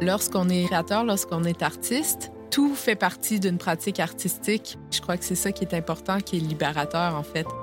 Lorsqu'on est créateur, lorsqu'on est artiste, tout fait partie d'une pratique artistique. Je crois que c'est ça qui est important, qui est libérateur, en fait.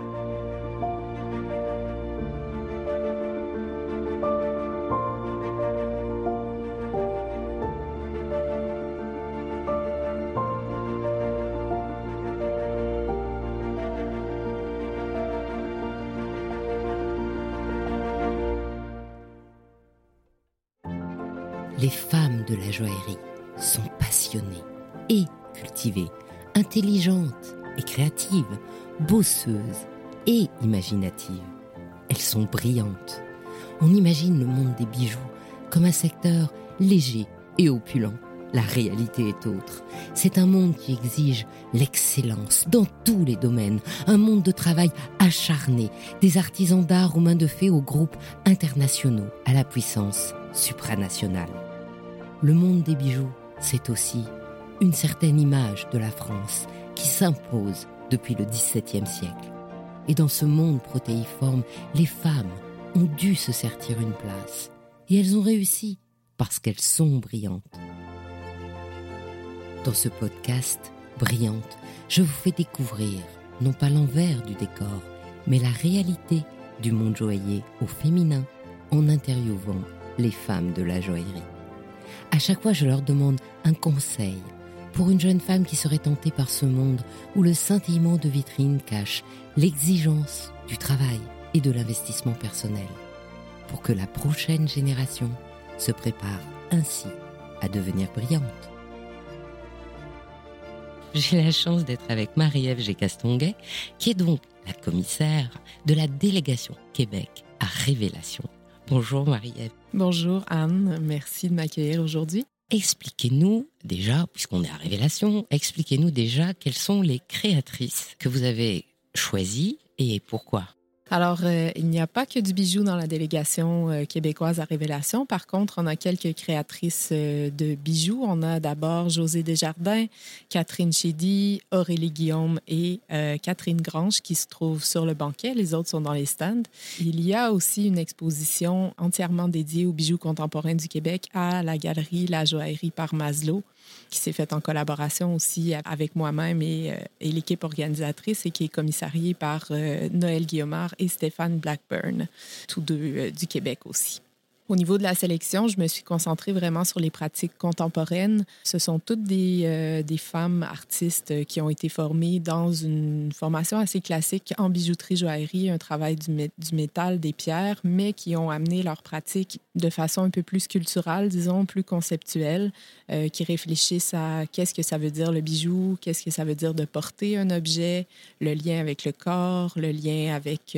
Les femmes de la joaillerie sont passionnées et cultivées, intelligentes et créatives, bosseuses et imaginatives. Elles sont brillantes. On imagine le monde des bijoux comme un secteur léger et opulent. La réalité est autre. C'est un monde qui exige l'excellence dans tous les domaines, un monde de travail acharné, des artisans d'art aux mains de fée aux groupes internationaux, à la puissance supranationale. Le monde des bijoux, c'est aussi une certaine image de la France qui s'impose depuis le XVIIe siècle. Et dans ce monde protéiforme, les femmes ont dû se sertir une place. Et elles ont réussi parce qu'elles sont brillantes. Dans ce podcast, Brillante, je vous fais découvrir non pas l'envers du décor, mais la réalité du monde joaillier au féminin en interviewant les femmes de la joaillerie. À chaque fois, je leur demande un conseil pour une jeune femme qui serait tentée par ce monde où le scintillement de vitrine cache l'exigence du travail et de l'investissement personnel, pour que la prochaine génération se prépare ainsi à devenir brillante. J'ai la chance d'être avec Marie-Ève G-Castonguay, qui est donc la commissaire de la délégation Québec à Révélation. Bonjour Marie-Ève. Bonjour Anne, merci de m'accueillir aujourd'hui. Expliquez-nous déjà, puisqu'on est à Révélation, expliquez-nous déjà quelles sont les créatrices que vous avez choisies et pourquoi. Alors, il n'y a pas que du bijou dans la délégation québécoise à Révélation. Par contre, on a quelques créatrices de bijoux. On a d'abord Josée Desjardins, Catherine Chédy, Aurélie Guillaume et Catherine Grange qui se trouvent sur le banquet. Les autres sont dans les stands. Il y a aussi une exposition entièrement dédiée aux bijoux contemporains du Québec à la galerie La Joaillerie par Maslow, qui s'est faite en collaboration aussi avec moi-même et l'équipe organisatrice et qui est commissariée par Noël Guillaumard et Stéphane Blackburn, tous deux du Québec aussi. Au niveau de la sélection, je me suis concentrée vraiment sur les pratiques contemporaines. Ce sont toutes des femmes artistes qui ont été formées dans une formation assez classique en bijouterie, joaillerie, un travail du métal, des pierres, mais qui ont amené leur pratique de façon un peu plus sculpturale, disons, plus conceptuelle, qui réfléchissent à qu'est-ce que ça veut dire le bijou, qu'est-ce que ça veut dire de porter un objet, le lien avec le corps, le lien avec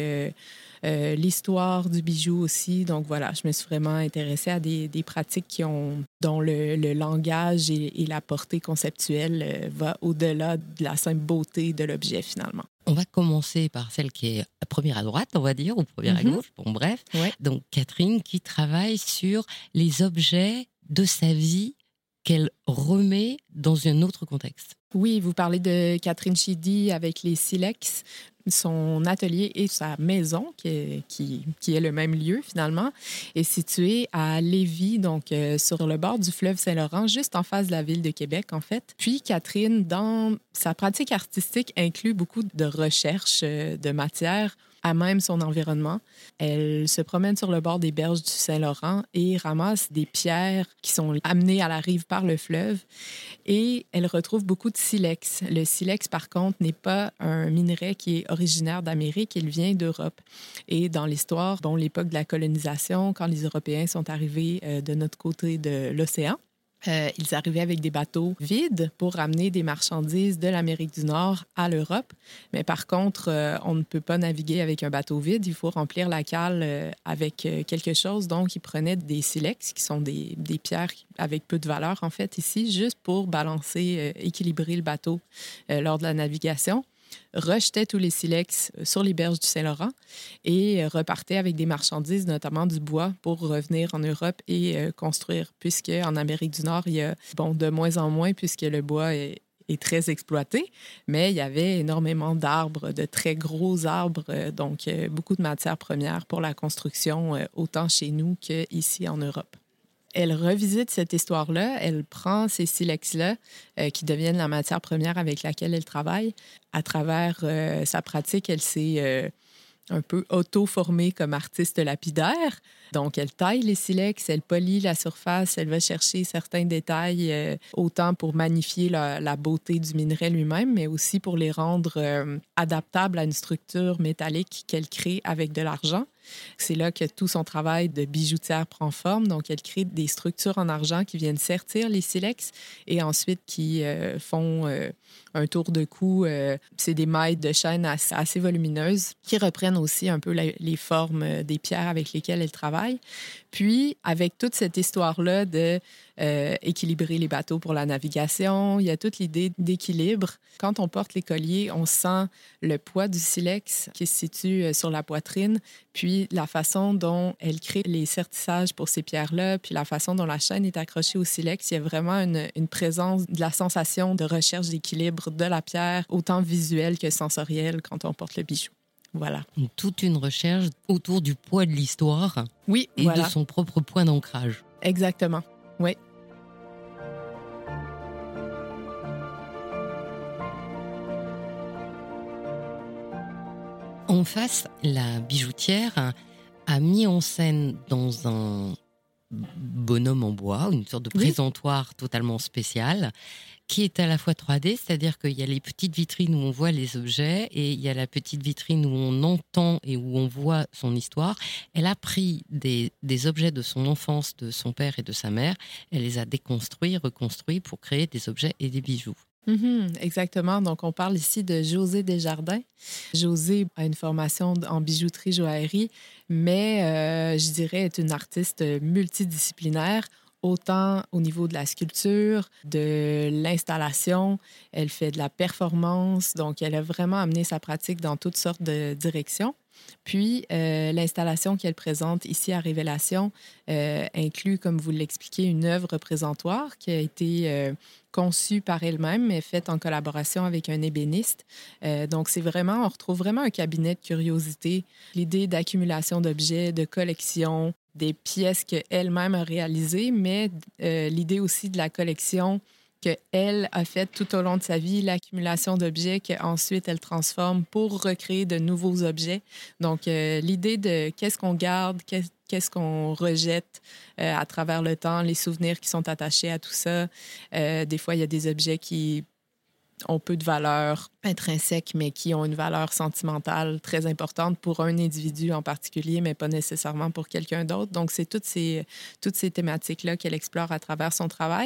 l'histoire du bijou aussi. Donc voilà, je me suis vraiment intéressée à des pratiques dont le langage et la portée conceptuelle va au-delà de la simple beauté de l'objet finalement. On va commencer par celle qui est première à droite, on va dire, ou première à gauche, bon bref. Ouais. Donc Catherine qui travaille sur les objets de sa vie qu'elle remet dans un autre contexte. Oui, vous parlez de Catherine Chédy avec les silex. Son atelier et sa maison, qui est le même lieu finalement, est située à Lévis, donc sur le bord du fleuve Saint-Laurent, juste en face de la ville de Québec, en fait. Puis Catherine, dans sa pratique artistique, inclut beaucoup de recherches de matière à même son environnement. Elle se promène sur le bord des berges du Saint-Laurent et ramasse des pierres qui sont amenées à la rive par le fleuve. Et elle retrouve beaucoup de silex. Le silex, par contre, n'est pas un minerai qui est originaire d'Amérique, il vient d'Europe. Et dans l'histoire, l'époque de la colonisation, quand les Européens sont arrivés de notre côté de l'océan, ils arrivaient avec des bateaux vides pour ramener des marchandises de l'Amérique du Nord à l'Europe. Mais par contre, on ne peut pas naviguer avec un bateau vide. Il faut remplir la cale avec quelque chose. Donc, ils prenaient des silex, qui sont des pierres avec peu de valeur, en fait, ici, juste pour balancer, équilibrer le bateau lors de la navigation. Rejetait tous les silex sur les berges du Saint-Laurent et repartait avec des marchandises, notamment du bois, pour revenir en Europe et construire, puisque en Amérique du Nord, il y a de moins en moins, puisque le bois est très exploité, mais il y avait énormément d'arbres, de très gros arbres, donc beaucoup de matières premières pour la construction, autant chez nous qu'ici en Europe. elle revisite cette histoire-là, elle prend ces silex-là qui deviennent la matière première avec laquelle elle travaille. À travers sa pratique, elle s'est un peu auto-formée comme artiste lapidaire. Donc, elle taille les silex, elle polit la surface, elle va chercher certains détails, autant pour magnifier la beauté du minerai lui-même, mais aussi pour les rendre adaptables à une structure métallique qu'elle crée avec de l'argent. C'est là que tout son travail de bijoutière prend forme. Donc, elle crée des structures en argent qui viennent sertir les silex et ensuite qui font un tour de cou. C'est des mailles de chaîne assez volumineuses qui reprennent aussi un peu les formes des pierres avec lesquelles elle travaille. Puis, avec toute cette histoire-là de équilibrer les bateaux pour la navigation, il y a toute l'idée d'équilibre. Quand on porte les colliers, on sent le poids du silex qui se situe sur la poitrine, puis la façon dont elle crée les sertissages pour ces pierres-là, puis la façon dont la chaîne est accrochée au silex. Il y a vraiment une présence de la sensation de recherche d'équilibre de la pierre, autant visuelle que sensorielle quand on porte le bijou. Voilà. Toute une recherche autour du poids de l'histoire Oui, et voilà. de son propre point d'ancrage. Exactement, oui. En face, la bijoutière a mis en scène dans un bonhomme en bois, une sorte de présentoir totalement spécial, qui est à la fois 3D, c'est-à-dire qu'il y a les petites vitrines où on voit les objets et il y a la petite vitrine où on entend et où on voit son histoire. Elle a pris des objets de son enfance, de son père et de sa mère, elle les a déconstruits, reconstruits pour créer des objets et des bijoux. Exactement. Donc, on parle ici de Josée Desjardins. Josée a une formation en bijouterie-joaillerie, mais je dirais est une artiste multidisciplinaire, autant au niveau de la sculpture, de l'installation. Elle fait de la performance. Donc, elle a vraiment amené sa pratique dans toutes sortes de directions. Puis, l'installation qu'elle présente ici à Révélation inclut, comme vous l'expliquez, une œuvre présentoir qui a été conçue par elle-même, mais faite en collaboration avec un ébéniste. Donc, on retrouve vraiment un cabinet de curiosité, l'idée d'accumulation d'objets, de collection, des pièces qu'elle-même a réalisées, mais l'idée aussi de la collection qu'elle a fait tout au long de sa vie, l'accumulation d'objets qu'ensuite elle transforme pour recréer de nouveaux objets. Donc, l'idée de qu'est-ce qu'on garde, qu'est-ce qu'on rejette à travers le temps, les souvenirs qui sont attachés à tout ça. Des fois, il y a des objets qui ont peu de valeur intrinsèque, mais qui ont une valeur sentimentale très importante pour un individu en particulier, mais pas nécessairement pour quelqu'un d'autre. Donc, c'est toutes ces thématiques-là qu'elle explore à travers son travail.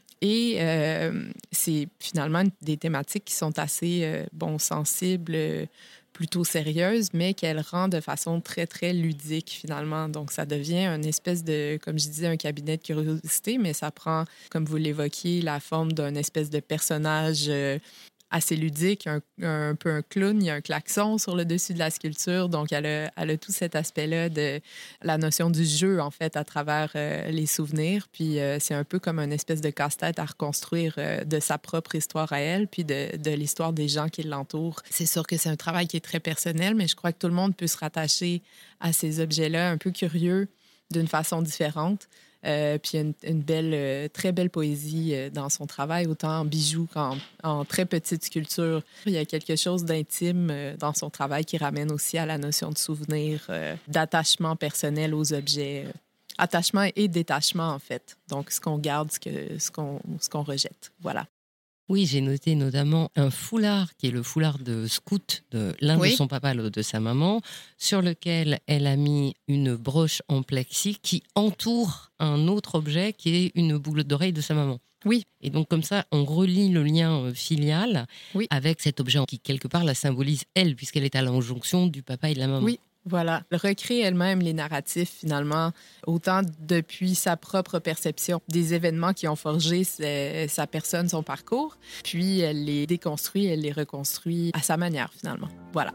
Et c'est finalement des thématiques qui sont assez sensibles, plutôt sérieuses, mais qu'elle rend de façon très, très ludique finalement. Donc, ça devient une espèce de, comme je disais, un cabinet de curiosité, mais ça prend, comme vous l'évoquiez, la forme d'un espèce de personnage assez ludique, un peu un clown. Il y a un klaxon sur le dessus de la sculpture. Donc, elle a tout cet aspect-là de la notion du jeu, en fait, à travers les souvenirs. Puis, c'est un peu comme une espèce de casse-tête à reconstruire de sa propre histoire à elle, puis de l'histoire des gens qui l'entourent. C'est sûr que c'est un travail qui est très personnel, mais je crois que tout le monde peut se rattacher à ces objets-là un peu curieux d'une façon différente. Puis une belle, très belle poésie dans son travail, autant en bijoux qu'en très petite sculpture. Il y a quelque chose d'intime dans son travail qui ramène aussi à la notion de souvenir, d'attachement personnel aux objets. Attachement et détachement, en fait. Donc, ce qu'on garde, ce qu'on rejette. Voilà. Oui, j'ai noté notamment un foulard qui est le foulard de scout de l'un de son papa, l'autre de sa maman, sur lequel elle a mis une broche en plexi qui entoure un autre objet qui est une boucle d'oreille de sa maman. Oui. Et donc comme ça, on relie le lien filial avec cet objet qui quelque part la symbolise elle, puisqu'elle est à l'injonction du papa et de la maman. Oui. Voilà. Elle recrée elle-même les narratifs, finalement, autant depuis sa propre perception des événements qui ont forgé sa personne, son parcours, puis elle les déconstruit, elle les reconstruit à sa manière, finalement. Voilà.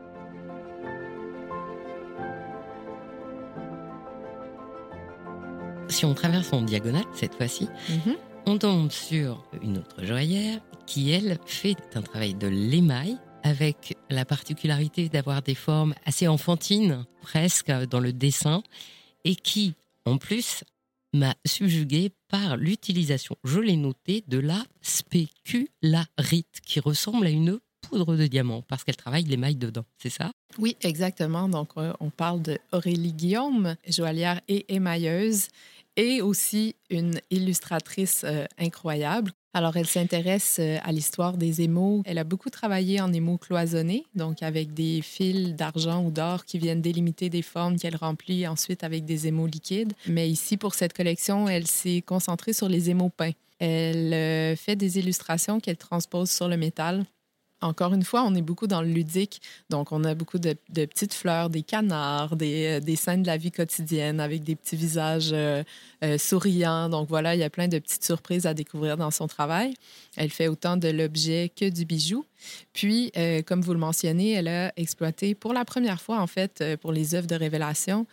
Si on traverse en diagonale, cette fois-ci, on tombe sur une autre joaillère qui, elle, fait un travail de l'émail, avec la particularité d'avoir des formes assez enfantines, presque, dans le dessin, et qui, en plus, m'a subjuguée par l'utilisation, je l'ai noté, de la spécularite, qui ressemble à une poudre de diamant, parce qu'elle travaille l'émail dedans, c'est ça? Oui, exactement. Donc, on parle d'Aurélie Guillaume, joaillière et émailleuse, et aussi une illustratrice incroyable. Alors, elle s'intéresse à l'histoire des émaux. Elle a beaucoup travaillé en émaux cloisonnés, donc avec des fils d'argent ou d'or qui viennent délimiter des formes qu'elle remplit ensuite avec des émaux liquides. Mais ici, pour cette collection, elle s'est concentrée sur les émaux peints. Elle fait des illustrations qu'elle transpose sur le métal. Encore une fois, on est beaucoup dans le ludique. Donc, on a beaucoup de petites fleurs, des canards, des scènes de la vie quotidienne avec des petits visages souriants. Donc, voilà, il y a plein de petites surprises à découvrir dans son travail. Elle fait autant de l'objet que du bijou. Puis, comme vous le mentionnez, elle a exploité pour la première fois, en fait, pour les œuvres de révélation,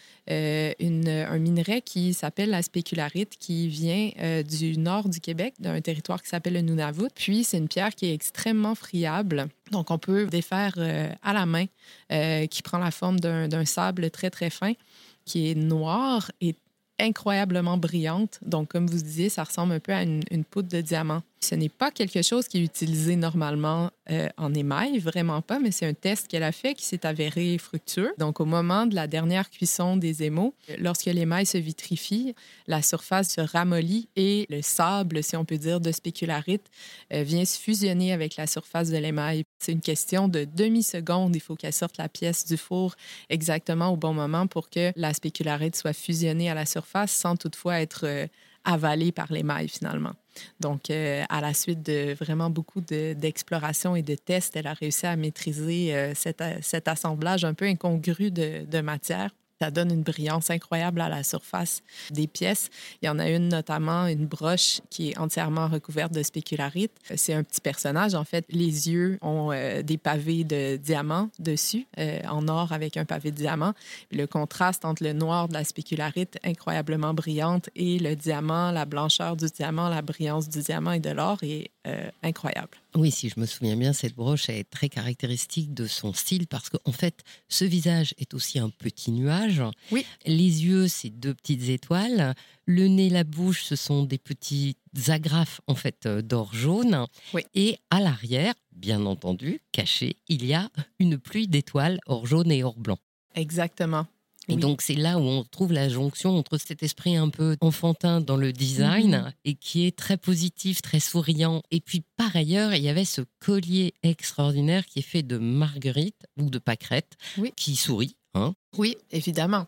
un minerai qui s'appelle la spécularite, qui vient du nord du Québec, d'un territoire qui s'appelle le Nunavut. Puis, c'est une pierre qui est extrêmement friable. Donc, on peut défaire à la main, qui prend la forme d'un sable très, très fin, qui est noir et incroyablement brillante. Donc, comme vous disiez, ça ressemble un peu à une poudre de diamant. Ce n'est pas quelque chose qui est utilisé normalement en émail, vraiment pas, mais c'est un test qu'elle a fait qui s'est avéré fructueux. Donc, au moment de la dernière cuisson des émaux, lorsque l'émail se vitrifie, la surface se ramollit et le sable, si on peut dire, de spécularite vient se fusionner avec la surface de l'émail. C'est une question de demi-seconde. Il faut qu'elle sorte la pièce du four exactement au bon moment pour que la spécularite soit fusionnée à la surface sans toutefois être avalée par l'émail finalement. Donc, à la suite de vraiment beaucoup d'exploration et de tests, elle a réussi à maîtriser cet assemblage un peu incongru de matière. Ça donne une brillance incroyable à la surface des pièces. Il y en a une, notamment une broche qui est entièrement recouverte de spécularite. C'est un petit personnage, en fait. Les yeux ont des pavés de diamants dessus, en or avec un pavé de diamant. Puis le contraste entre le noir de la spécularite, incroyablement brillante, et le diamant, la blancheur du diamant, la brillance du diamant et de l'or est incroyable. Oui, si je me souviens bien, cette broche est très caractéristique de son style parce qu'en fait, ce visage est aussi un petit nuage. Oui. Les yeux, c'est deux petites étoiles. Le nez, la bouche, ce sont des petites agrafes en fait d'or jaune. Oui. Et à l'arrière, bien entendu, caché, il y a une pluie d'étoiles or jaune et or blanc. Exactement. Et oui. donc, c'est là où on trouve la jonction entre cet esprit un peu enfantin dans le design et qui est très positif, très souriant. Et puis, par ailleurs, il y avait ce collier extraordinaire qui est fait de marguerite ou de pâquerette qui sourit. Hein. Oui, évidemment.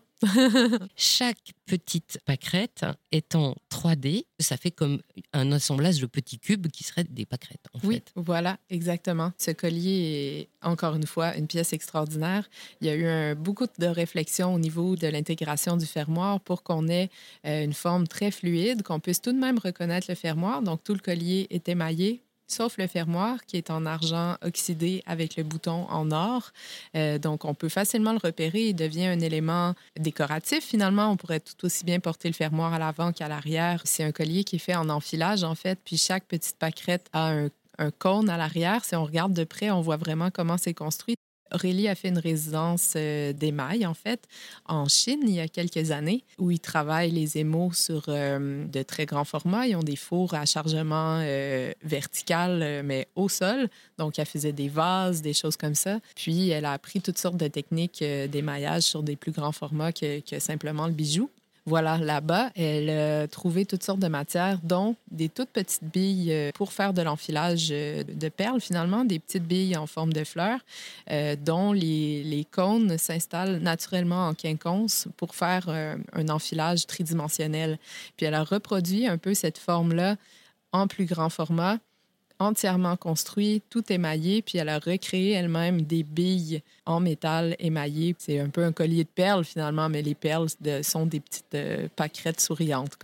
Chaque petite pâquerette est en 3D. Ça fait comme un assemblage de petits cubes qui seraient des pâquerettes, en fait. Voilà, exactement. Ce collier est, encore une fois, une pièce extraordinaire. Il y a eu beaucoup de réflexion au niveau de l'intégration du fermoir pour qu'on ait une forme très fluide, qu'on puisse tout de même reconnaître le fermoir. Donc, tout le collier est émaillé, sauf le fermoir qui est en argent oxydé avec le bouton en or. Donc, on peut facilement le repérer. Il devient un élément décoratif. Finalement, on pourrait tout aussi bien porter le fermoir à l'avant qu'à l'arrière. C'est un collier qui est fait en enfilage, en fait. Puis, chaque petite pâquerette a un cône à l'arrière. Si on regarde de près, on voit vraiment comment c'est construit. Aurélie a fait une résidence d'émail, en fait, en Chine, il y a quelques années, où ils travaillent les émaux sur de très grands formats. Ils ont des fours à chargement vertical, mais au sol. Donc, elle faisait des vases, des choses comme ça. Puis, elle a appris toutes sortes de techniques d'émaillage sur des plus grands formats que simplement le bijou. Voilà, là-bas, elle a trouvé toutes sortes de matières, dont des toutes petites billes pour faire de l'enfilage de perles, finalement, des petites billes en forme de fleurs, dont les cônes s'installent naturellement en quinconce pour faire un enfilage tridimensionnel. Puis elle a reproduit un peu cette forme-là en plus grand format, entièrement construit, tout émaillé, puis elle a recréé elle-même des billes en métal émaillé. C'est un peu un collier de perles, finalement, mais les perles sont des petites pâquerettes souriantes.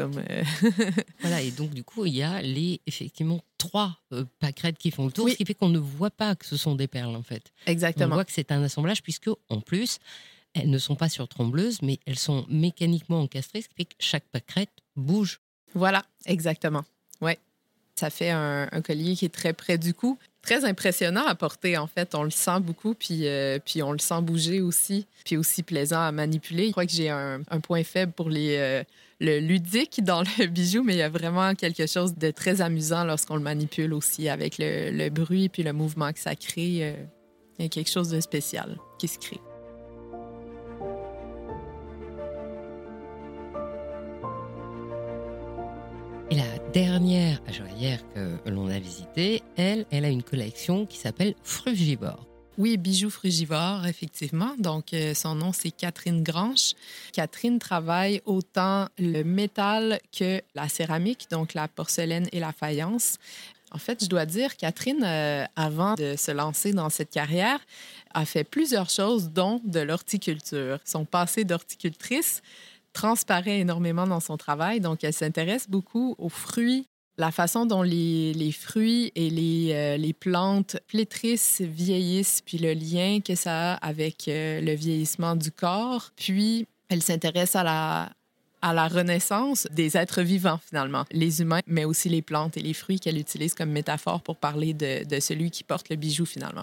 Voilà, et donc, du coup, il y a effectivement 3 pâquerettes qui font le tour, ce qui fait qu'on ne voit pas que ce sont des perles, en fait. Exactement. On voit que c'est un assemblage, puisque, en plus, elles ne sont pas sur trembleuse, mais elles sont mécaniquement encastrées, ce qui fait que chaque pâquerette bouge. Voilà, exactement. Oui. Ça fait un collier qui est très près du cou, très impressionnant à porter, en fait. On le sent beaucoup, puis on le sent bouger aussi, puis aussi plaisant à manipuler. Je crois que j'ai un point faible pour le ludique dans le bijou, mais il y a vraiment quelque chose de très amusant lorsqu'on le manipule aussi, avec le bruit puis le mouvement que ça crée. Il y a quelque chose de spécial qui se crée. Et la dernière joaillière que l'on a visitée, elle a une collection qui s'appelle Frugivore. Oui, bijoux frugivore, effectivement. Donc, son nom, c'est Catherine Granche. Catherine travaille autant le métal que la céramique, donc la porcelaine et la faïence. En fait, je dois dire, Catherine, avant de se lancer dans cette carrière, a fait plusieurs choses, dont de l'horticulture. Son passé d'horticultrice transparaît énormément dans son travail. Donc, elle s'intéresse beaucoup aux fruits, la façon dont les fruits et les plantes flétrissent, vieillissent, puis le lien que ça a avec le vieillissement du corps. Puis, elle s'intéresse à la renaissance des êtres vivants, finalement. Les humains, mais aussi les plantes et les fruits qu'elle utilise comme métaphore pour parler de celui qui porte le bijou, finalement.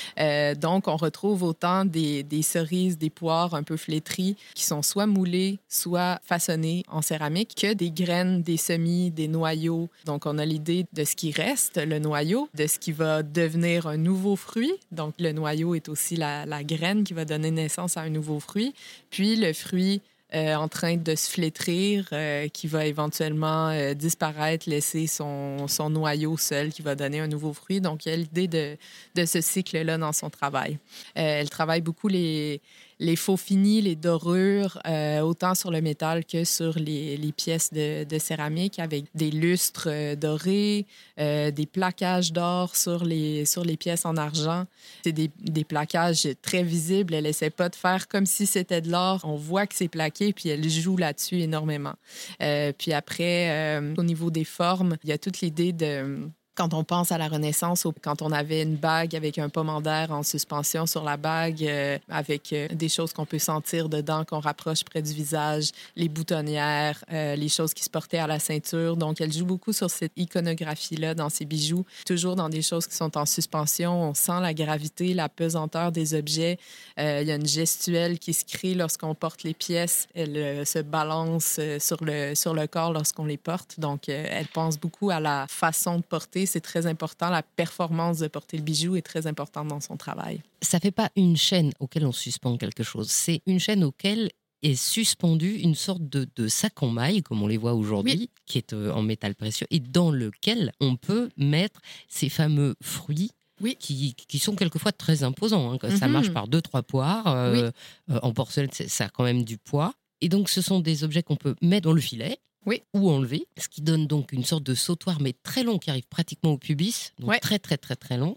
Donc, on retrouve autant des cerises, des poires un peu flétries qui sont soit moulées, soit façonnées en céramique, que des graines, des semis, des noyaux. Donc, on a l'idée de ce qui reste, le noyau, de ce qui va devenir un nouveau fruit. Donc, le noyau est aussi la graine qui va donner naissance à un nouveau fruit. Puis, le fruit en train de se flétrir, qui va éventuellement disparaître, laisser son noyau seul, qui va donner un nouveau fruit. Donc, il y a l'idée de ce cycle-là dans son travail. Elle travaille beaucoup les faux finis, les dorures, autant sur le métal que sur les pièces de céramique, avec des lustres dorés, des plaquages d'or sur les pièces en argent. C'est des plaquages très visibles. Elle essaie pas de faire comme si c'était de l'or. On voit que c'est plaqué, puis elle joue là-dessus énormément. Puis après, au niveau des formes, il y a toute l'idée de... Quand on pense à la Renaissance, quand on avait une bague avec un pomander en suspension sur la bague, avec des choses qu'on peut sentir dedans, qu'on rapproche près du visage, les boutonnières, les choses qui se portaient à la ceinture. Donc, elle joue beaucoup sur cette iconographie-là dans ses bijoux, toujours dans des choses qui sont en suspension. On sent la gravité, la pesanteur des objets. Il y a une gestuelle qui se crée lorsqu'on porte les pièces. Elle se balance sur le corps lorsqu'on les porte. Donc, elle pense beaucoup à la façon de porter. C'est très important. La performance de porter le bijou est très importante dans son travail. Ça ne fait pas une chaîne auquel on suspend quelque chose. C'est une chaîne auquel est suspendue une sorte de sac en maille, comme on les voit aujourd'hui, oui, qui est en métal précieux, et dans lequel on peut mettre ces fameux fruits. Oui. Qui sont quelquefois très imposants. Hein. Ça marche par 2-3 poires. Oui. En porcelaine, ça a quand même du poids. Et donc, ce sont des objets qu'on peut mettre dans le filet. Oui. Ou enlever, ce qui donne donc une sorte de sautoir, mais très long, qui arrive pratiquement au pubis, donc très, très, très, très long,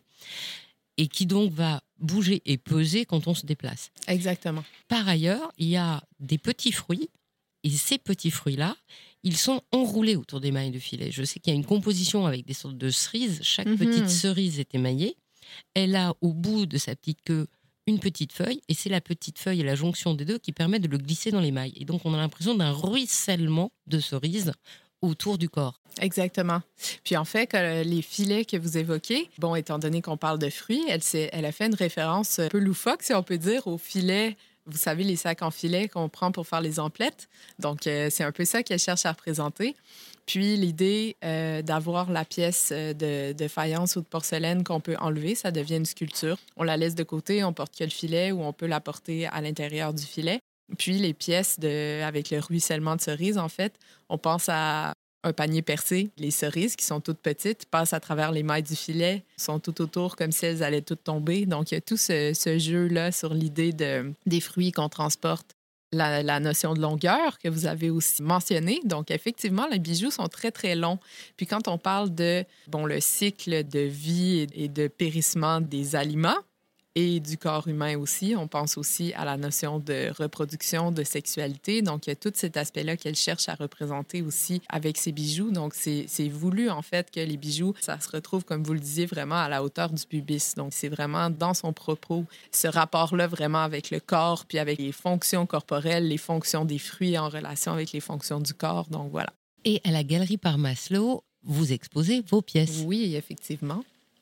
et qui donc va bouger et peser quand on se déplace. Exactement. Par ailleurs, il y a des petits fruits, et ces petits fruits-là, ils sont enroulés autour des mailles de filet. Je sais qu'il y a une composition avec des sortes de cerises. Chaque petite cerise est émaillée. Elle a, au bout de sa petite queue, une petite feuille, et c'est la petite feuille et la jonction des deux qui permet de le glisser dans les mailles. Et donc, on a l'impression d'un ruissellement de cerises autour du corps. Exactement. Puis en fait, les filets que vous évoquez, bon, étant donné qu'on parle de fruits, elle a fait une référence un peu loufoque, si on peut dire, aux filets. Vous savez, les sacs en filet qu'on prend pour faire les emplettes. Donc, c'est un peu ça qu'elle cherche à représenter. Puis, l'idée d'avoir la pièce de faïence ou de porcelaine qu'on peut enlever, ça devient une sculpture. On la laisse de côté, on porte que le filet ou on peut la porter à l'intérieur du filet. Puis, les pièces avec le ruissellement de cerises, en fait, on pense à un panier percé. Les cerises, qui sont toutes petites, passent à travers les mailles du filet, sont tout autour comme si elles allaient toutes tomber. Donc, il y a tout ce jeu-là sur l'idée des fruits qu'on transporte. La notion de longueur que vous avez aussi mentionnée. Donc, effectivement, les bijoux sont très, très longs. Puis quand on parle le cycle de vie et de périssement des aliments et du corps humain aussi, on pense aussi à la notion de reproduction, de sexualité. Donc, il y a tout cet aspect-là qu'elle cherche à représenter aussi avec ses bijoux. Donc, c'est voulu, en fait, que les bijoux, ça se retrouve, comme vous le disiez, vraiment à la hauteur du pubis. Donc, c'est vraiment dans son propos, ce rapport-là vraiment avec le corps, puis avec les fonctions corporelles, les fonctions des fruits en relation avec les fonctions du corps. Donc, voilà. Et à la Galerie par Maslow, vous exposez vos pièces. Oui, effectivement.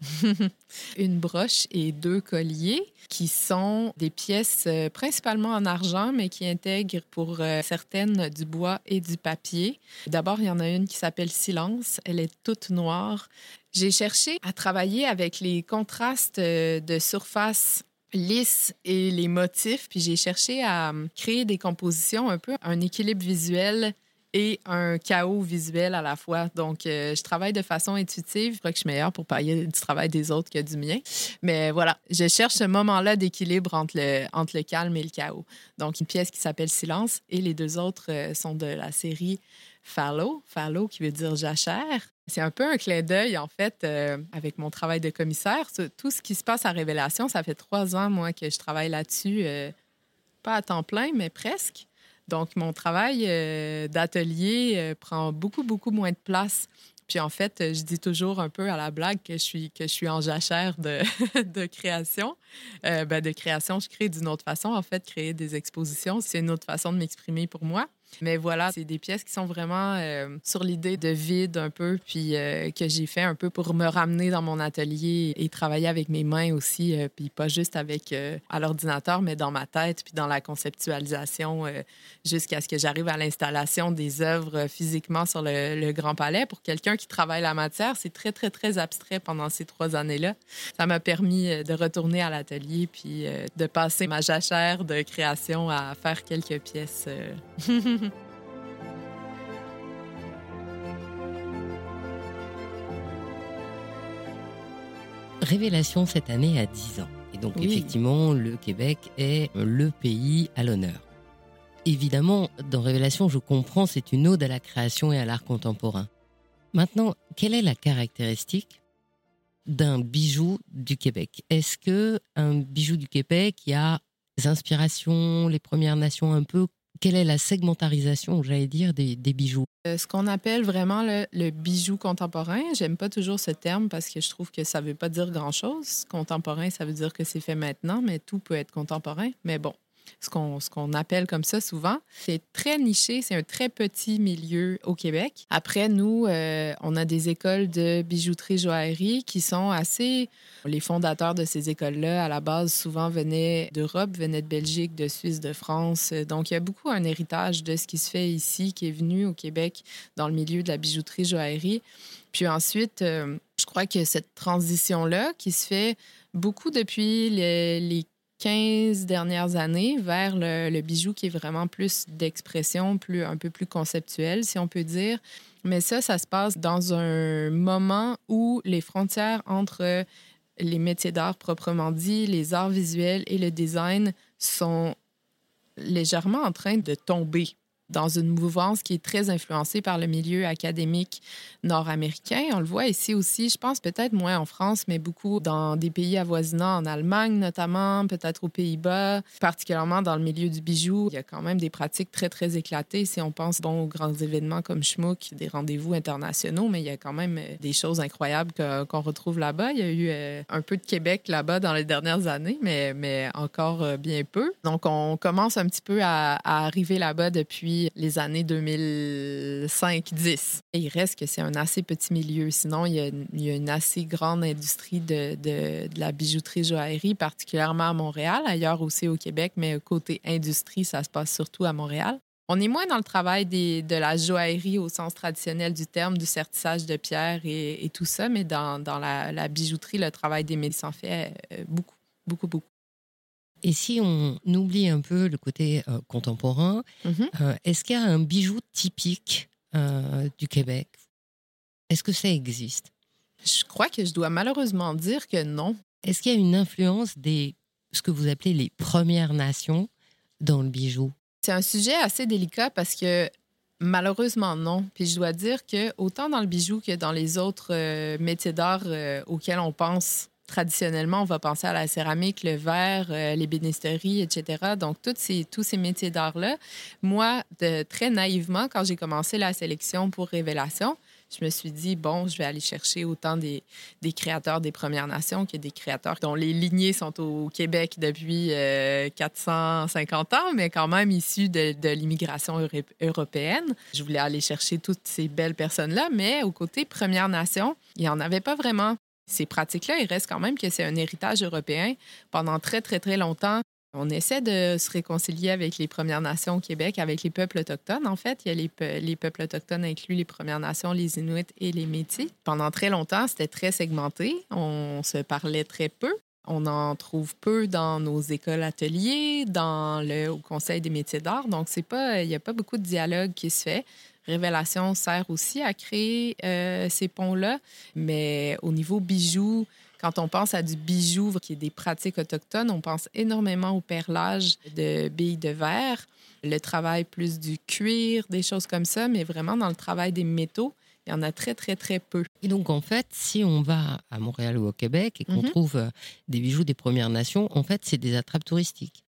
Une broche et 2 colliers qui sont des pièces principalement en argent, mais qui intègrent pour certaines du bois et du papier. D'abord, il y en a une qui s'appelle Silence. Elle est toute noire. J'ai cherché à travailler avec les contrastes de surface lisses et les motifs, puis j'ai cherché à créer des compositions un peu, un équilibre visuel et un chaos visuel à la fois. Donc, je travaille de façon intuitive. Je crois que je suis meilleure pour parler du travail des autres que du mien. Mais voilà, je cherche ce moment-là d'équilibre entre le calme et le chaos. Donc, une pièce qui s'appelle Silence et les 2 autres sont de la série Fallow. Fallow qui veut dire jachère. C'est un peu un clin d'œil, en fait, avec mon travail de commissaire. Tout ce qui se passe à Révélation, ça fait 3 ans, moi, que je travaille là-dessus. Pas à temps plein, mais presque. Donc, mon travail d'atelier prend beaucoup, beaucoup moins de place. Puis, en fait, je dis toujours un peu à la blague que je suis en jachère de création. De création, je crée d'une autre façon. En fait, créer des expositions, c'est une autre façon de m'exprimer pour moi. Mais voilà, c'est des pièces qui sont vraiment sur l'idée de vide un peu, puis que j'ai fait un peu pour me ramener dans mon atelier et travailler avec mes mains aussi, puis pas juste avec à l'ordinateur, mais dans ma tête, puis dans la conceptualisation jusqu'à ce que j'arrive à l'installation des œuvres physiquement sur le Grand Palais. Pour quelqu'un qui travaille la matière, c'est très, très, très abstrait pendant ces 3 années-là. Ça m'a permis de retourner à l'atelier, puis de passer ma jachère de création à faire quelques pièces. Révélation cette année a 10 ans. Et donc, Oui. effectivement, le Québec est le pays à l'honneur. Évidemment, dans Révélation, je comprends, c'est une ode à la création et à l'art contemporain. Maintenant, quelle est la caractéristique d'un bijou du Québec? Est-ce que un bijou du Québec, il y a des inspirations, les Premières Nations un peu? Quelle est la segmentarisation, j'allais dire, des bijoux? Ce qu'on appelle vraiment le bijou contemporain, j'aime pas toujours ce terme parce que je trouve que ça veut pas dire grand-chose. Contemporain, ça veut dire que c'est fait maintenant, mais tout peut être contemporain. Mais bon, ce qu'on appelle comme ça souvent, c'est très niché, c'est un très petit milieu au Québec. Après, nous, on a des écoles de bijouterie joaillerie qui sont assez... Les fondateurs de ces écoles-là, à la base, souvent venaient d'Europe, venaient de Belgique, de Suisse, de France. Donc, il y a beaucoup un héritage de ce qui se fait ici, qui est venu au Québec dans le milieu de la bijouterie joaillerie. Puis ensuite, je crois que cette transition-là qui se fait beaucoup depuis les 15 dernières années vers le bijou qui est vraiment plus d'expression, un peu plus conceptuel, si on peut dire. Mais ça se passe dans un moment où les frontières entre les métiers d'art proprement dit, les arts visuels et le design sont légèrement en train de tomber dans une mouvance qui est très influencée par le milieu académique nord-américain. On le voit ici aussi, je pense peut-être moins en France, mais beaucoup dans des pays avoisinants, en Allemagne notamment, peut-être aux Pays-Bas, particulièrement dans le milieu du bijou. Il y a quand même des pratiques très, très éclatées. Si on pense aux grands événements comme Schmuck, des rendez-vous internationaux, mais il y a quand même des choses incroyables qu'on retrouve là-bas. Il y a eu un peu de Québec là-bas dans les dernières années, mais encore bien peu. Donc, on commence un petit peu à arriver là-bas depuis les années 2005-10. Et il reste que c'est un assez petit milieu. Sinon, il y a une assez grande industrie de la bijouterie joaillerie, particulièrement à Montréal, ailleurs aussi au Québec, mais côté industrie, ça se passe surtout à Montréal. On est moins dans le travail de la joaillerie au sens traditionnel du terme, du sertissage de pierre et tout ça, mais dans la bijouterie, le travail des métiers s'en fait beaucoup, beaucoup, beaucoup. Et si on oublie un peu le côté contemporain, est-ce qu'il y a un bijou typique du Québec? Est-ce que ça existe? Je crois que je dois malheureusement dire que non. Est-ce qu'il y a une influence ce que vous appelez les Premières Nations dans le bijou? C'est un sujet assez délicat parce que malheureusement non. Puis je dois dire que autant dans le bijou que dans les autres métiers d'art auxquels on pense traditionnellement, on va penser à la céramique, le verre, l'ébénisterie, etc. Donc, tous ces métiers d'art-là, moi, très naïvement, quand j'ai commencé la sélection pour Révélation, je me suis dit, bon, je vais aller chercher autant des créateurs des Premières Nations que des créateurs dont les lignées sont au Québec depuis 450 ans, mais quand même issus de l'immigration européenne. Je voulais aller chercher toutes ces belles personnes-là, mais au côté Premières Nations, il n'y en avait pas vraiment. Ces pratiques-là, il reste quand même que c'est un héritage européen. Pendant très, très, très longtemps, on essaie de se réconcilier avec les Premières Nations au Québec, avec les peuples autochtones. En fait, il y a les peuples autochtones inclus les Premières Nations, les Inuits et les Métis. Pendant très longtemps, c'était très segmenté. On se parlait très peu. On en trouve peu dans nos écoles ateliers, au Conseil des métiers d'art. Donc, il n'y a pas beaucoup de dialogue qui se fait. Révélation sert aussi à créer ces ponts-là. Mais au niveau bijoux, quand on pense à du bijou qui est des pratiques autochtones, on pense énormément au perlage de billes de verre, le travail plus du cuir, des choses comme ça, mais vraiment dans le travail des métaux, il y en a très, très, très peu. Et donc, en fait, si on va à Montréal ou au Québec et qu'on trouve des bijoux des Premières Nations, en fait, c'est des attrapes touristiques.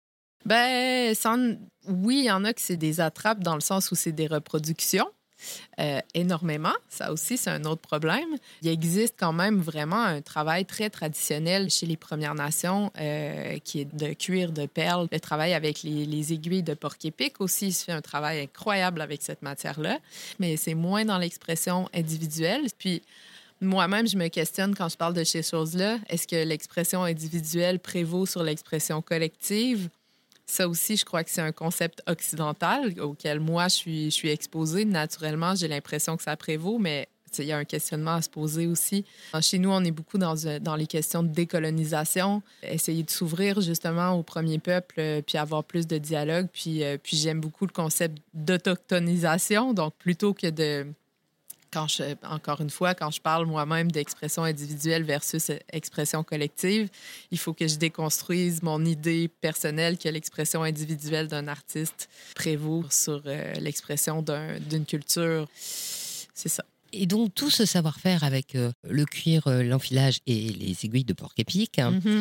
Oui, il y en a que c'est des attrapes dans le sens où c'est des reproductions. Énormément. Ça aussi, c'est un autre problème. Il existe quand même vraiment un travail très traditionnel chez les Premières Nations qui est de cuir de perles. Le travail avec les aiguilles de porc-épic aussi, il se fait un travail incroyable avec cette matière-là, mais c'est moins dans l'expression individuelle. Puis, moi-même, je me questionne quand je parle de ces choses-là. Est-ce que l'expression individuelle prévaut sur l'expression collective? Ça aussi, je crois que c'est un concept occidental auquel moi, je suis exposée. Naturellement, j'ai l'impression que ça prévaut, mais il y a un questionnement à se poser aussi. Chez nous, on est beaucoup dans les questions de décolonisation, essayer de s'ouvrir justement au premier peuple, puis avoir plus de dialogue. Puis j'aime beaucoup le concept d'autochtonisation, donc plutôt que de... Encore une fois, quand je parle moi-même d'expression individuelle versus expression collective, il faut que je déconstruise mon idée personnelle que l'expression individuelle d'un artiste prévaut sur l'expression d'une culture. C'est ça. Et donc, tout ce savoir-faire avec le cuir, l'enfilage et les aiguilles de porc-épic,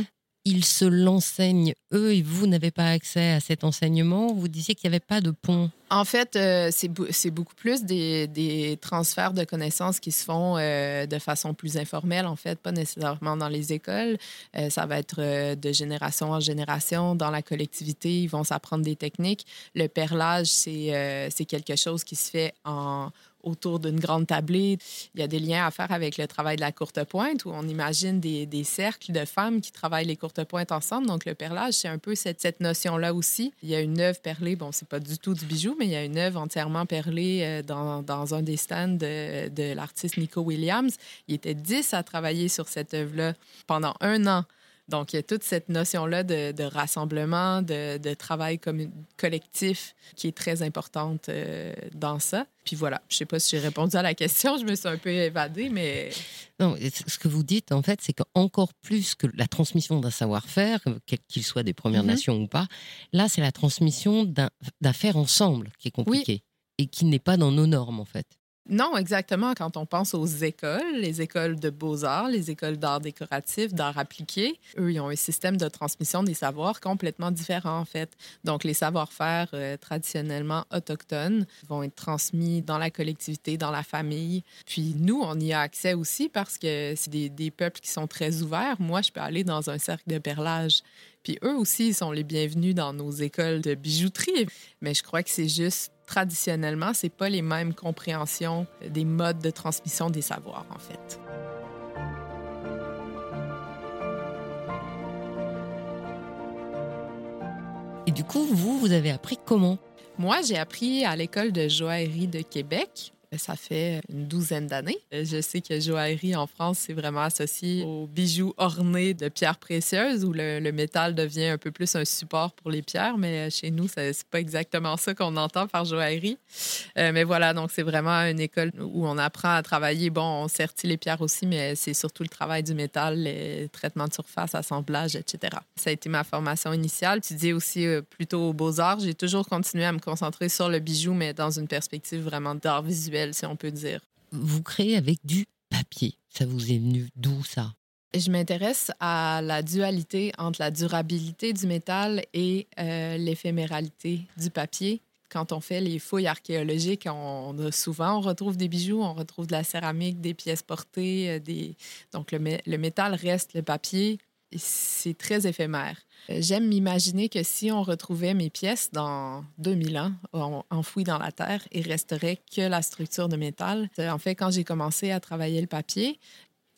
ils se l'enseignent, eux, et vous n'avez pas accès à cet enseignement. Vous disiez qu'il n'y avait pas de pont. En fait, c'est beaucoup plus des transferts de connaissances qui se font de façon plus informelle, en fait, pas nécessairement dans les écoles. Ça va être de génération en génération. Dans la collectivité, ils vont s'apprendre des techniques. Le perlage, c'est quelque chose qui se fait autour d'une grande tablée. Il y a des liens à faire avec le travail de la courte pointe, où on imagine des cercles de femmes qui travaillent les courtes pointes ensemble. Donc, le perlage, c'est un peu cette notion-là aussi. Il y a une œuvre perlée, bon, c'est pas du tout du bijou, mais il y a une œuvre entièrement perlée dans un des stands de l'artiste Nico Williams. Il était 10 à travailler sur cette œuvre-là pendant 1 an. Donc, il y a toute cette notion-là de rassemblement, de travail collectif qui est très importante dans ça. Puis voilà, je ne sais pas si j'ai répondu à la question, je me suis un peu évadée, mais... Non, ce que vous dites, en fait, c'est qu'encore plus que la transmission d'un savoir-faire, quel qu'il soit des Premières Nations ou pas, là, c'est la transmission d'un faire ensemble qui est compliqué et qui n'est pas dans nos normes, en fait. Non, exactement. Quand on pense aux écoles, les écoles de beaux-arts, les écoles d'art décoratif, d'art appliqué, eux, ils ont un système de transmission des savoirs complètement différent, en fait. Donc, les savoir-faire traditionnellement autochtones vont être transmis dans la collectivité, dans la famille. Puis nous, on y a accès aussi parce que c'est des peuples qui sont très ouverts. Moi, je peux aller dans un cercle de perlage. Puis eux aussi, ils sont les bienvenus dans nos écoles de bijouterie. Mais je crois que c'est juste traditionnellement, c'est pas les mêmes compréhensions des modes de transmission des savoirs, en fait. Et du coup, vous avez appris comment? Moi, j'ai appris à l'École de joaillerie de Québec. Ça fait une 12aine d'années. Je sais que joaillerie en France, c'est vraiment associé aux bijoux ornés de pierres précieuses où le métal devient un peu plus un support pour les pierres, mais chez nous, c'est pas exactement ça qu'on entend par joaillerie. Mais voilà, donc c'est vraiment une école où on apprend à travailler. Bon, on sertit les pierres aussi, mais c'est surtout le travail du métal, les traitements de surface, assemblage, etc. Ça a été ma formation initiale. Étudier aussi plutôt aux beaux-arts. J'ai toujours continué à me concentrer sur le bijou, mais dans une perspective vraiment d'art visuel, si on peut dire. Vous créez avec du papier. Ça vous est venu d'où, ça? Je m'intéresse à la dualité entre la durabilité du métal et l'éphéméralité du papier. Quand on fait les fouilles archéologiques, on retrouve des bijoux, on retrouve de la céramique, des pièces portées. Donc, le métal reste le papier. C'est très éphémère. J'aime m'imaginer que si on retrouvait mes pièces dans 2000 ans, enfouies dans la terre, il resterait que la structure de métal. En fait, quand j'ai commencé à travailler le papier,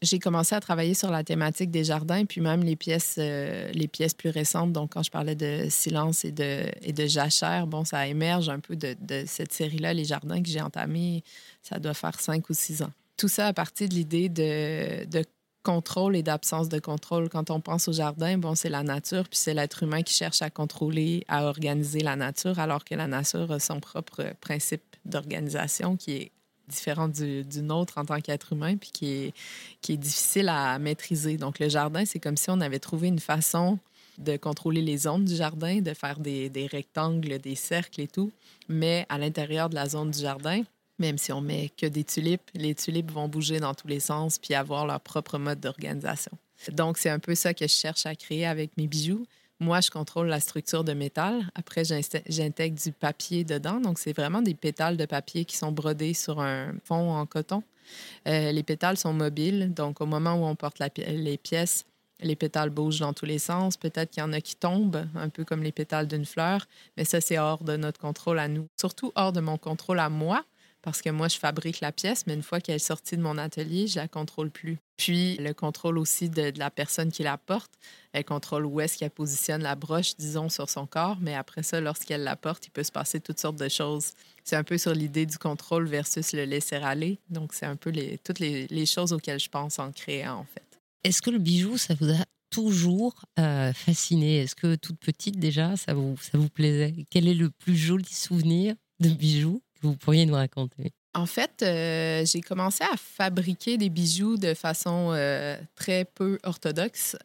J'ai commencé à travailler sur la thématique des jardins, puis même les pièces plus récentes. Donc, quand je parlais de silence et de jachère, bon, ça émerge un peu de cette série-là, les jardins que j'ai entamés, ça doit faire 5 ou 6 ans. Tout ça à partir de l'idée de contrôle et d'absence de contrôle. Quand on pense au jardin, bon, c'est la nature, puis c'est l'être humain qui cherche à contrôler, à organiser la nature, alors que la nature a son propre principe d'organisation qui est différent du nôtre en tant qu'être humain, puis qui est difficile à maîtriser. Donc, le jardin, c'est comme si on avait trouvé une façon de contrôler les zones du jardin, de faire des rectangles, des cercles et tout, mais à l'intérieur de la zone du jardin, même si on met que des tulipes, les tulipes vont bouger dans tous les sens puis avoir leur propre mode d'organisation. Donc, c'est un peu ça que je cherche à créer avec mes bijoux. Moi, je contrôle la structure de métal. Après, j'intègre du papier dedans. Donc, c'est vraiment des pétales de papier qui sont brodés sur un fond en coton. Les pétales sont mobiles. Donc, au moment où on porte les pièces, les pétales bougent dans tous les sens. Peut-être qu'il y en a qui tombent, un peu comme les pétales d'une fleur. Mais ça, c'est hors de notre contrôle à nous. Surtout hors de mon contrôle à moi, parce que moi, je fabrique la pièce, mais une fois qu'elle est sortie de mon atelier, je la contrôle plus. Puis, le contrôle aussi de la personne qui la porte. Elle contrôle où est-ce qu'elle positionne la broche, disons, sur son corps, mais après ça, lorsqu'elle la porte, il peut se passer toutes sortes de choses. C'est un peu sur l'idée du contrôle versus le laisser-aller. Donc, c'est un peu toutes les choses auxquelles je pense en créant, en fait. Est-ce que le bijou, ça vous a toujours fasciné? Est-ce que toute petite, déjà, ça vous plaisait? Quel est le plus joli souvenir de bijoux que vous pourriez nous raconter? En fait, j'ai commencé à fabriquer des bijoux de façon très peu orthodoxe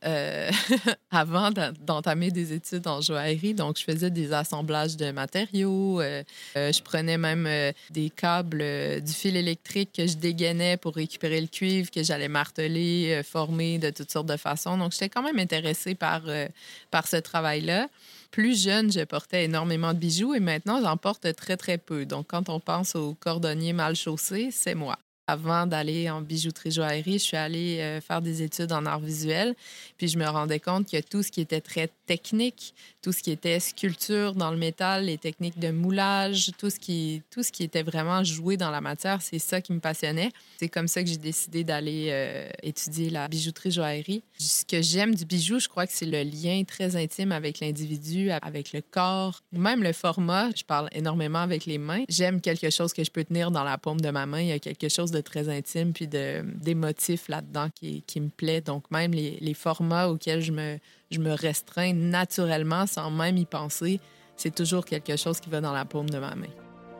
avant d'entamer des études en joaillerie. Donc, je faisais des assemblages de matériaux. Je prenais même des câbles, du fil électrique que je dégainais pour récupérer le cuivre, que j'allais marteler, former de toutes sortes de façons. Donc, j'étais quand même intéressée par ce travail-là. Plus jeune, je portais énormément de bijoux et maintenant, j'en porte très, très peu. Donc, quand on pense aux cordonniers mal chaussés, c'est moi. Avant d'aller en bijouterie-joaillerie, je suis allée faire des études en art visuel. Puis, je me rendais compte que tout ce qui était très technique, tout ce qui était sculpture dans le métal, les techniques de moulage, tout ce qui était vraiment joué dans la matière, c'est ça qui me passionnait. C'est comme ça que j'ai décidé d'aller étudier la bijouterie-joaillerie. Ce que j'aime du bijou, je crois que c'est le lien très intime avec l'individu, avec le corps, même le format. Je parle énormément avec les mains. J'aime quelque chose que je peux tenir dans la paume de ma main. Il y a quelque chose de très intime puis d'émotif là-dedans qui me plaît. Donc, même les formats auxquels je me restreins naturellement sans même y penser, c'est toujours quelque chose qui va dans la paume de ma main.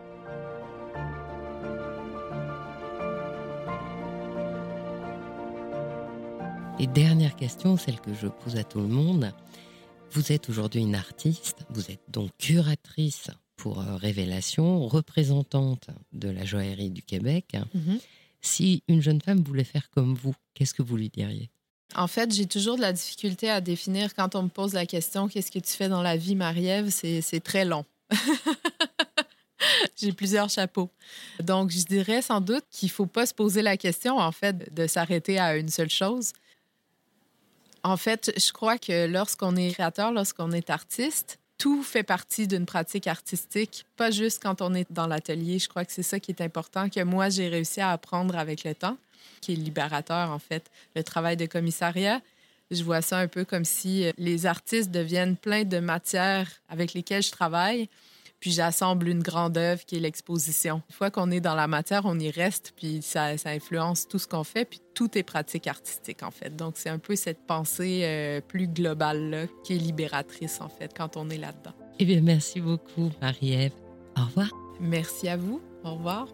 Et dernière question, celle que je pose à tout le monde. Vous êtes aujourd'hui une artiste, vous êtes donc curatrice pour Révélation, représentante de la joaillerie du Québec. Mm-hmm. Si une jeune femme voulait faire comme vous, qu'est-ce que vous lui diriez? En fait, j'ai toujours de la difficulté à définir quand on me pose la question « Qu'est-ce que tu fais dans la vie, Marie-Ève? » C'est très long. J'ai plusieurs chapeaux. Donc, je dirais sans doute qu'il ne faut pas se poser la question, en fait, de s'arrêter à une seule chose. En fait, je crois que lorsqu'on est créateur, lorsqu'on est artiste, tout fait partie d'une pratique artistique, pas juste quand on est dans l'atelier. Je crois que c'est ça qui est important, que moi, j'ai réussi à apprendre avec le temps, qui est libérateur, en fait. Le travail de commissariat, je vois ça un peu comme si les artistes deviennent plein de matières avec lesquelles je travaille, puis j'assemble une grande œuvre qui est l'exposition. Une fois qu'on est dans la matière, on y reste, puis ça influence tout ce qu'on fait, puis tout est pratique artistique, en fait. Donc, c'est un peu cette pensée plus globale-là qui est libératrice, en fait, quand on est là-dedans. Eh bien, merci beaucoup, Marie-Ève. Au revoir. Merci à vous. Au revoir.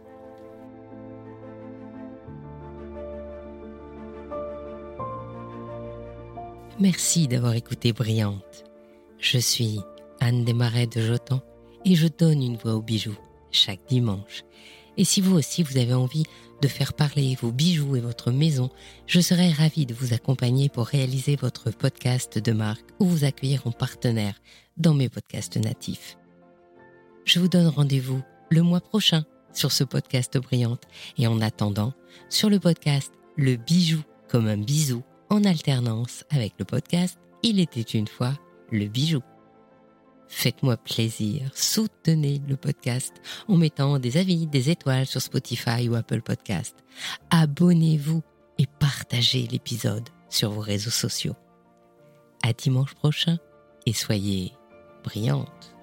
Merci d'avoir écouté Brillante. Je suis Anne Desmarais de Jotan et je donne une voix aux bijoux chaque dimanche. Et si vous aussi vous avez envie de faire parler vos bijoux et votre maison, je serai ravie de vous accompagner pour réaliser votre podcast de marque ou vous accueillir en partenaire dans mes podcasts natifs. Je vous donne rendez-vous le mois prochain sur ce podcast Brillante et en attendant, sur le podcast Le bijou comme un bisou en alternance avec le podcast Il était une fois le bijou. Faites-moi plaisir, soutenez le podcast en mettant des avis, des étoiles sur Spotify ou Apple Podcast. Abonnez-vous et partagez l'épisode sur vos réseaux sociaux. À dimanche prochain et soyez brillantes.